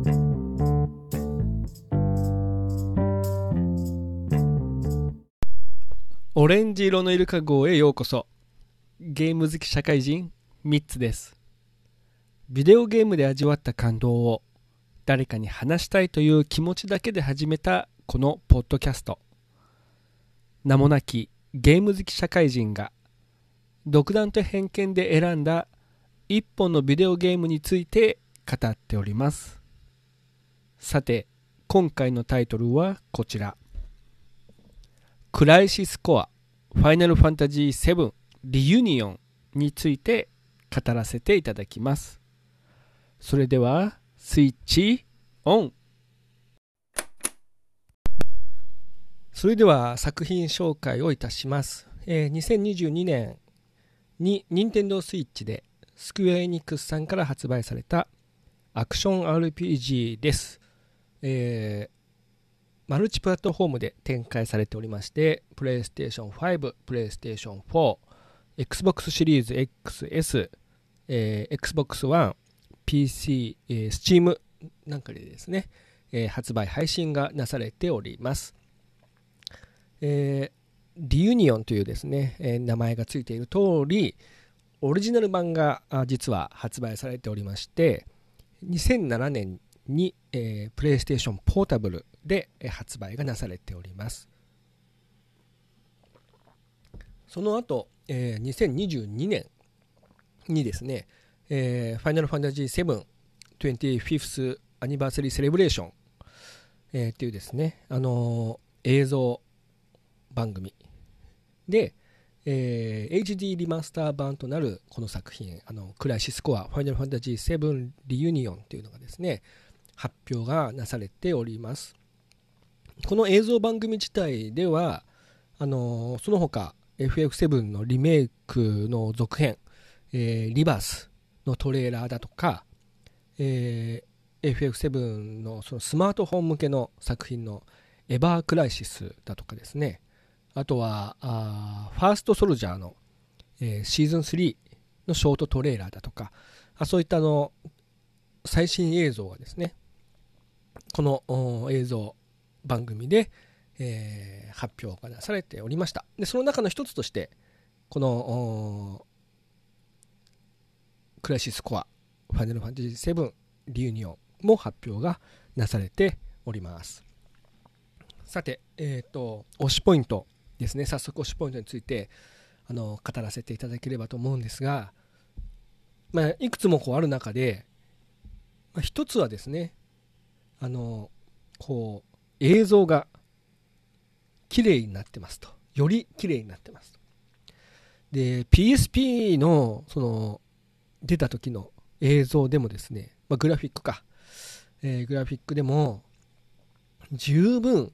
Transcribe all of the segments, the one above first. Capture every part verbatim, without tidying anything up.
オレンジ色のイルカ号へようこそ。ゲーム好き社会人ミッツです。ビデオゲームで味わった感動を誰かに話したいという気持ちだけで始めたこのポッドキャスト。名もなきゲーム好き社会人が独断と偏見で選んだ一本のビデオゲームについて語っております。さて、今回のタイトルはこちら。クライシスコアファイナルファンタジーセブンリユニオンについて語らせていただきます。それではスイッチオン。それでは作品紹介をいたします。えー、にせんにじゅうにねんに任天堂スイッチでスクエアエニックスさんから発売されたアクション アールピージー です。えーマルチプラットフォームで展開されておりまして、プレイステーションファイブ、プレイステーションフォー、Xbox シリーズ エックスエス、えー、Xbox One、ピーシー、えー、Steam なんかでですね、えー、発売配信がなされております。えー、リユニオンというですね、えー、名前がついている通り、オリジナル版が実は発売されておりまして、にせんななねんに、えー、プレイステーションポータブルで発売がなされております。その後、えー、にせんにじゅうにねんにですね、えー、ファイナルファンタジーセブン にじゅうご th アニバーサリーセレブレーション、えー、っていうですね、あのー、映像番組で、えー、エイチディー リマスター版となるこの作品、あのクライシスコアファイナルファンタジーセブンリユニオンっていうのがですね、発表がなされております。この映像番組自体ではあのその他 エフエフセブン のリメイクの続編、えー、リバースのトレーラーだとか、えー、エフエフセブン の, そのスマートフォン向けの作品のエバークライシスだとかですね、あとはあーファーストソルジャーの、えー、シーズンスリーのショートトレーラーだとか、あそういったあの最新映像がですね、この映像番組で、えー、発表がなされておりました。でその中の一つとしてこのクライシスコアファイナルファンタジーセブンリユニオンも発表がなされております。さて、えーと、推しポイントですね。早速推しポイントについてあの語らせていただければと思うんですが、まあ、いくつもこうある中で、まあ、一つはですね、あのこう映像が綺麗になってますと、より綺麗になってますと。で ピーエスピー のその出た時の映像でもですね、まあ、グラフィックか、えー、グラフィックでも十分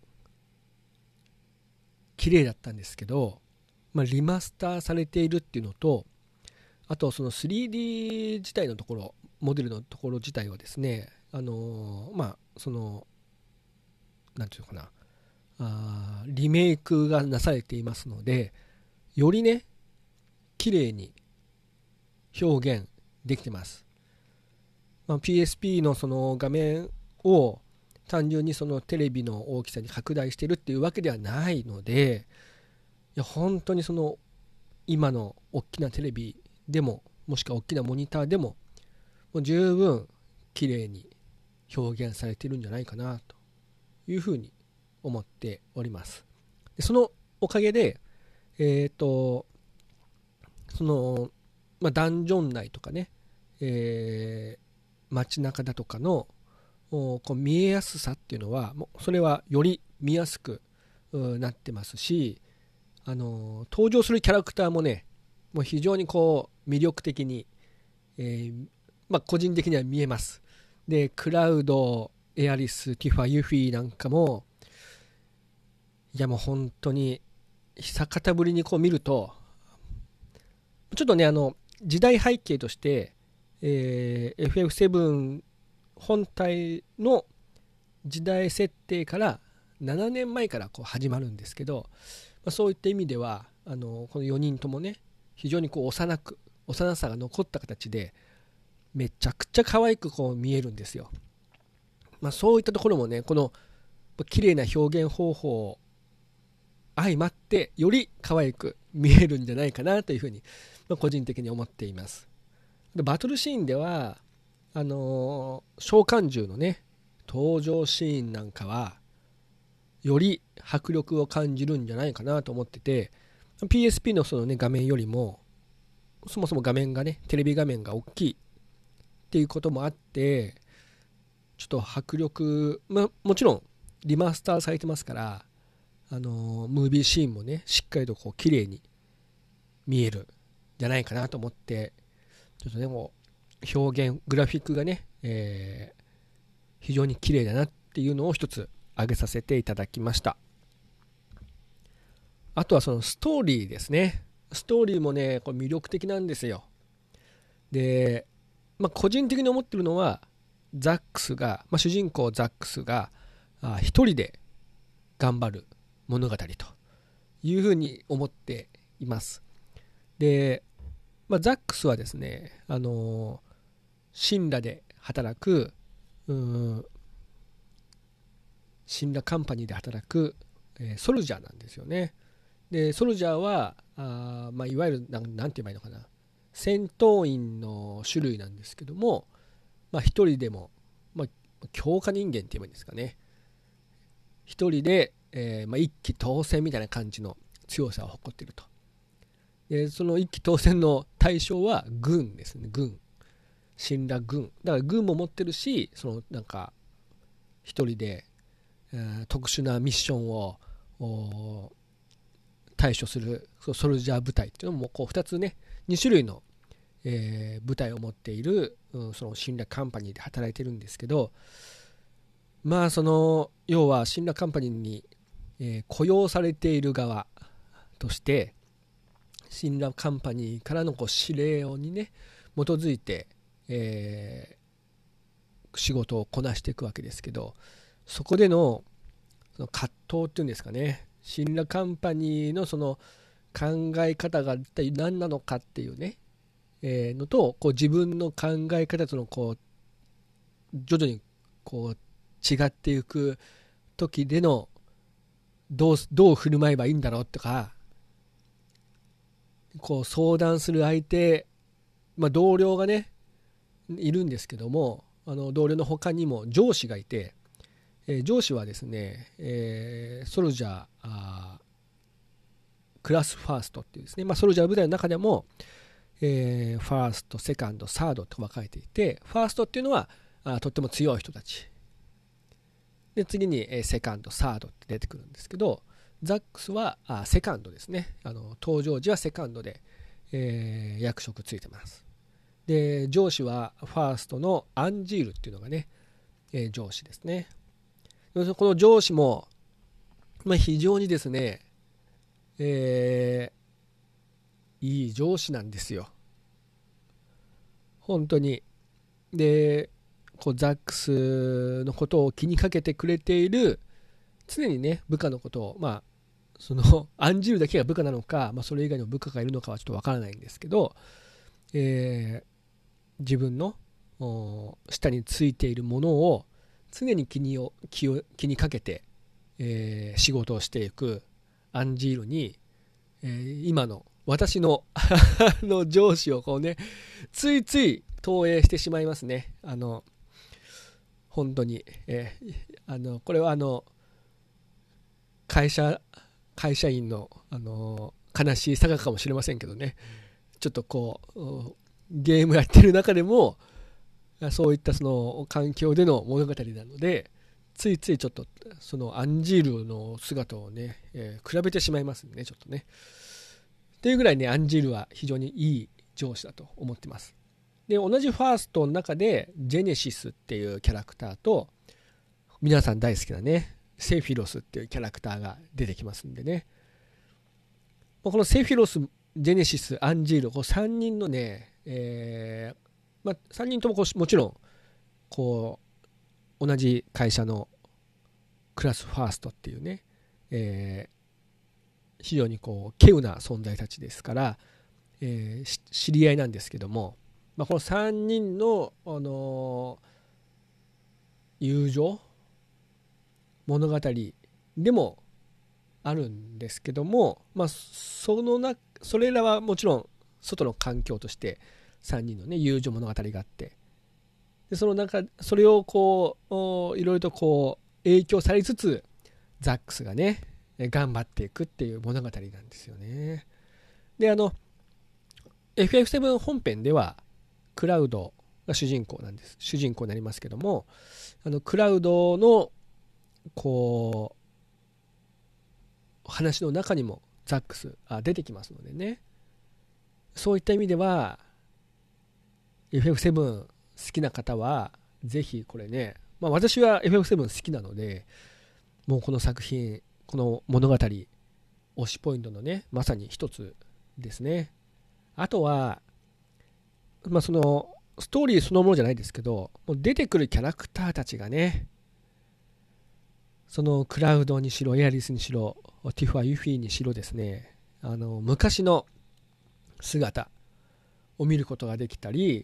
綺麗だったんですけど、まあ、リマスターされているっていうのと、あとその スリーディー 自体のところ、モデルのところ自体はですね、あのー、まあそのなんていうのかな、あリメイクがなされていますので、よりね綺麗に表現できてます。まあ、ピーエスピー のその画面を単純にそのテレビの大きさに拡大しているっていうわけではないので、いや本当にその今の大きなテレビでも、もしくは大きなモニターでも、もう十分綺麗に表現されているんじゃないかなというふうに思っております。でそのおかげで、えーとそのまあ、ダンジョン内とかね、えー、街中だとかのこう見えやすさっていうのは、もうそれはより見やすくなってますし、あの登場するキャラクターもね、もう非常にこう魅力的に、えーまあ、個人的には見えます。でクラウド、エアリス、ティファ、ユフィなんかも、いやもう本当に久方ぶりにこう見ると、ちょっとねあの時代背景として、えー、エフエフセブン 本体の時代設定からななねんまえからこう始まるんですけど、まあ、そういった意味ではあのこのよにんともね、非常にこう幼く幼さが残った形でめちゃくちゃ可愛くこう見えるんですよ。 まあ、そういったところもね、この綺麗な表現方法相まってより可愛く見えるんじゃないかなというふうに、まあ、個人的に思っています。でバトルシーンではあのー、召喚獣のね登場シーンなんかはより迫力を感じるんじゃないかなと思ってて、 ピーエスピー のそのね画面よりもそもそも画面がねテレビ画面が大きいっていうこともあって、ちょっと迫力、まあ、もちろんリマスターされてますから、あのー、ムービーシーンもねしっかりとこう綺麗に見えるんじゃないかなと思って、ちょっとねもう表現グラフィックがね、えー、非常に綺麗だなっていうのを一つ挙げさせていただきました。あとはそのストーリーですね。ストーリーもねこれ魅力的なんですよ。で、まあ、個人的に思ってるのはザックスが、まあ、主人公ザックスがあ一人で頑張る物語というふうに思っています。で、まあ、ザックスはですね、あのー、神羅で働くうーん神羅カンパニーで働く、えー、ソルジャーなんですよね。でソルジャーはあ、まあ、いわゆるなん、なんて言えばいいのかな、戦闘員の種類なんですけども、まあ、一人でも、まあ、強化人間って言えばいいんですかね、一人で、えーまあ、一騎当選みたいな感じの強さを誇っていると。でその一騎当選の対象は軍ですね。軍、神羅軍だから軍も持ってるし、そのなんか一人で、えー特殊なミッションを対処するソルジャー部隊っていうのもこうふたつね、に種類の、えー部隊を持っている、うん、その神羅カンパニーで働いてるんですけど、まあその要は神羅カンパニーに、えー雇用されている側として神羅カンパニーからのこう指令にね基づいて、えー仕事をこなしていくわけですけど、そこでのその葛藤っていうんですかね、神羅カンパニーのその考え方が一体何なのかっていうね、えーのとこう自分の考え方とのこう徐々にこう違っていく時でのどうどう振る舞えばいいんだろうとか、こう相談する相手、まあ、同僚がねいるんですけども、あの同僚の他にも上司がいて、えー上司はですね、えーソルジャーあークラスファーストっていうですね、まあ、ソルジャー部隊の中でも、えーファーストセカンドサードと分かれていて、ファーストっていうのはあとっても強い人たちで、次に、えーセカンドサードって出てくるんですけど、ザックスはあセカンドですね。あの登場時はセカンドで、えー役職ついてます。で上司はファーストのアンジールっていうのがね、えー上司ですね。この上司も、まあ、非常にですね、えーいい上司なんですよ本当に。でこうザックスのことを気にかけてくれている、常にね部下のことを、まあそのアンジールだけが部下なのか、まあ、それ以外の部下がいるのかはちょっとわからないんですけど、えー自分のお下についているものを常に気にを気を気にかけて、えー仕事をしていくアンジールに、えー今の私のあの上司をこうねついつい投影してしまいますね。あの本当に、えーあのこれはあの会社会社員の、あの悲しい差がかもしれませんけどね、ちょっとこうゲームやってる中でもそういったその環境での物語なので、ついついちょっとそのアンジールの姿をね、えー比べてしまいますね、ちょっとね。っていうぐらいね、アンジールは非常にいい上司だと思ってます。で、同じファーストの中でジェネシスっていうキャラクターと、皆さん大好きなね、セフィロスっていうキャラクターが出てきますんでね。このセフィロス、ジェネシス、アンジール、こうさんにんのね、えーまあ、さんにんともこうもちろんこう同じ会社のクラスファーストっていうね、えー非常にこう稀有な存在たちですから、えー知り合いなんですけども、まあ、このさんにんの、あの友情物語でもあるんですけども、まあ、そのなそれらはもちろん外の環境としてさんにんのね友情物語があって、でその中それをこういろいろとこう影響されつつザックスがね頑張っていくっていう物語なんですよね。であの エフエフセブン 本編ではクラウドが主人公なんです主人公になりますけども、あのクラウドのこう話の中にもザックスあ出てきますのでね、そういった意味では エフエフセブン 好きな方はぜひこれね、まあ、私は エフエフセブン 好きなので、もうこの作品この物語推しポイントのねまさに一つですね。あとは、まあ、そのストーリーそのものじゃないですけど、もう出てくるキャラクターたちがね、そのクラウドにしろエアリスにしろティファ・ユフィにしろですね、あの昔の姿を見ることができたり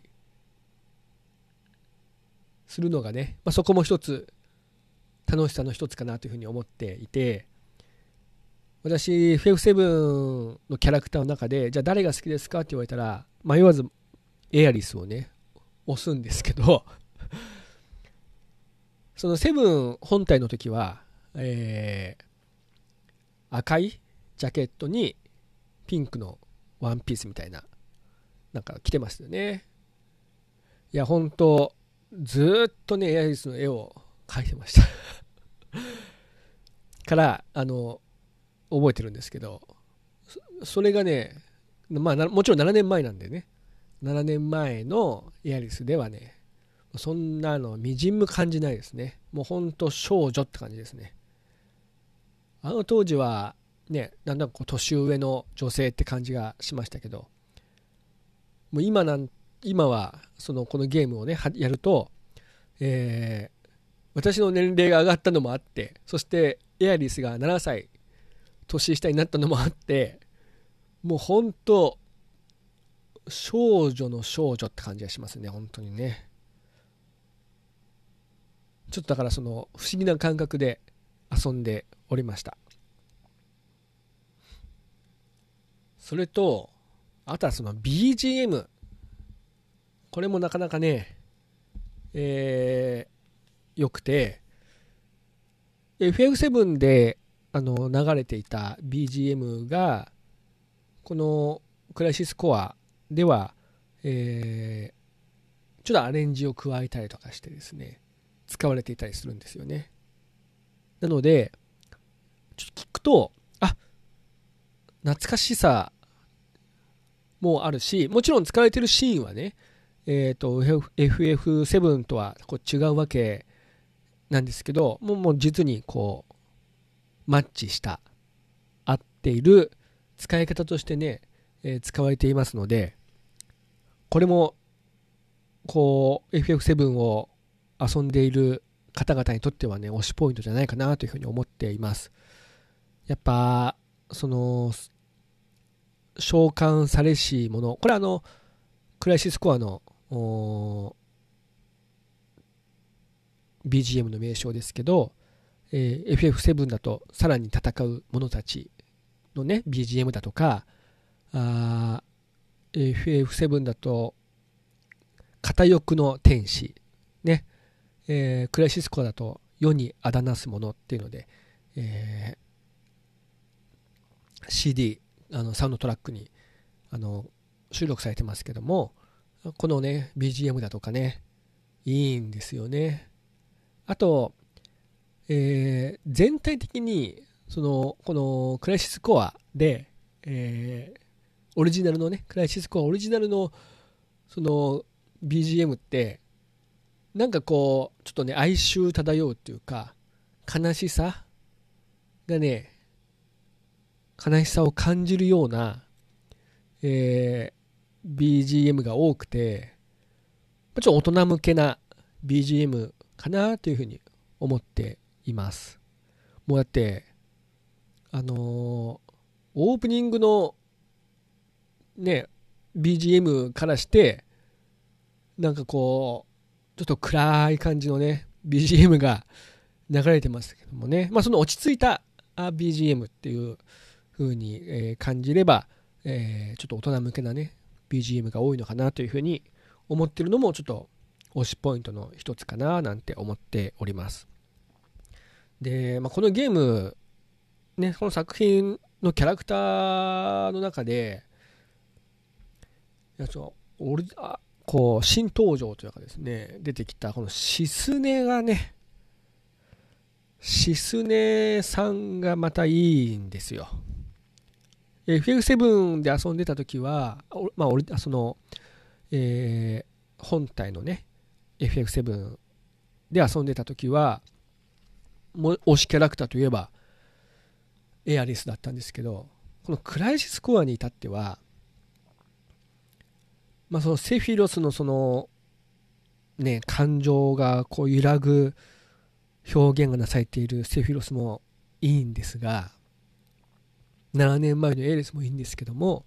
するのがね、まあ、そこも一つ楽しさの一つかなというふうに思っていて、私 エフエフセブン のキャラクターの中でじゃあ誰が好きですかって言われたら迷わずエアリスをね押すんですけどそのセブン本体の時は、えー、赤いジャケットにピンクのワンピースみたいななんか着てましたよね。いや本当ずっとねエアリスの絵を描いてましたからあの覚えてるんですけど、 そ, それがね、まあ、もちろんななねんまえなんでね、ななねんまえのエアリスではねそんなのみじんも感じないですね。もうほんと少女って感じですね。あの当時はね、なんだかこう年上の女性って感じがしましたけど、もう今なん今はそのこのゲームをねやると、えー、私の年齢が上がったのもあって、そしてエアリスがななさい年下になったのもあって、もうほんと少女の少女って感じがしますね、本当にね。ちょっとだからその不思議な感覚で遊んでおりました。それとあとはその ビージーエム、 これもなかなかねえー、よくて エフエフセブン であの流れていた ビージーエム がこのクライシスコアでは、えー、ちょっとアレンジを加えたりとかしてですね使われていたりするんですよね。なのでちょっと聞くとあ懐かしさもあるし、もちろん使われているシーンはね、えーと エフエフセブン とはこう違うわけなんですけど、もうもう実にこうマッチした合っている使い方としてね、えー、使われていますので、これもこう エフエフセブン を遊んでいる方々にとってはね推しポイントじゃないかなというふうに思っています。やっぱその召喚されしもの、これはあのクライシスコアの ビージーエム の名称ですけど、えー、エフエフセブン だとさらに戦う者たちのね ビージーエム だとか、あ エフエフセブン だと片翼の天使ね、えー、クライシスコアだと世にあだなすものっていうので、えー、シーディー あのサウンドトラックにあの収録されてますけども、このね ビージーエム だとかねいいんですよね。あと、えー、全体的にそのこのクライシスコアで、えー、オリジナルのねクライシスコアオリジナルのその ビージーエム ってなんかこうちょっとね哀愁漂うっていうか悲しさがね悲しさを感じるような、えー、ビージーエム が多くて、ちょっと大人向けな ビージーエム かなというふうに思っています。もうだってあのー、オープニングのね ビージーエム からしてなんかこうちょっと暗い感じのねビージーエム が流れてますけどもね、まあ、その落ち着いた ビージーエム っていう風に、えー、感じれば、えー、ちょっと大人向けなね ビージーエム が多いのかなという風に思ってるのもちょっと推しポイントの一つかななんて思っております。で、まあ、このゲームね、この作品のキャラクターの中でいやちょ俺あこう新登場というかですね、出てきたこのシスネがね、シスネさんがまたいいんですよ。 エフエフセブン で遊んでた時は、まあ俺その、えー、本体のね エフエフセブン で遊んでた時はもう推しキャラクターといえばエアリスだったんですけど、このクライシスコアに至っては、まあ、そのセフィロスのそのね感情がこう揺らぐ表現がなされているセフィロスもいいんですが、ななねんまえのエアリスもいいんですけども、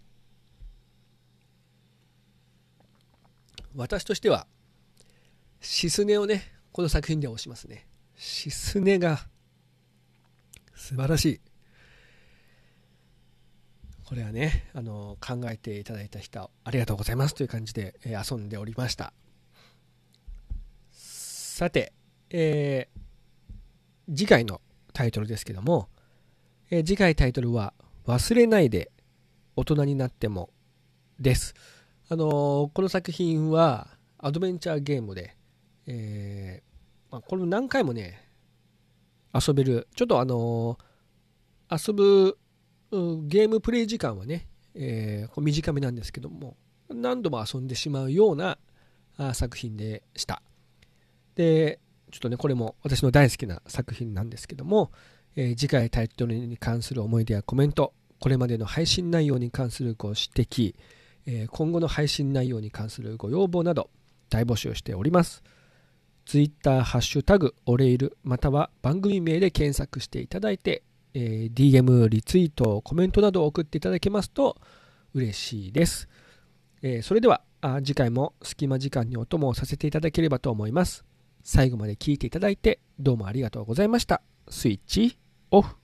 私としてはシスネをねこの作品では推しますね。シスネが素晴らしい。これはね、あの考えていただいた人ありがとうございますという感じで、えー、遊んでおりました。さて、えー、次回のタイトルですけども、えー、次回タイトルは忘れないで大人になってもです。あのー、この作品はアドベンチャーゲームで、えーまあ、これ何回もね遊べる、ちょっとあのー、遊ぶゲームプレイ時間はね、えー、短めなんですけども、何度も遊んでしまうような作品でした。で、ちょっとねこれも私の大好きな作品なんですけども、えー、次回タイトルに関する思い出やコメント、これまでの配信内容に関するご指摘、えー、今後の配信内容に関するご要望など大募集しております。Twitter ハッシュタグオレイルまたは番組名で検索していただいて、えー、ディーエム リツイートコメントなどを送っていただけますと嬉しいです。えー、それではあ次回も隙間時間にお供をさせていただければと思います。最後まで聞いていただいてどうもありがとうございました。スイッチオフ。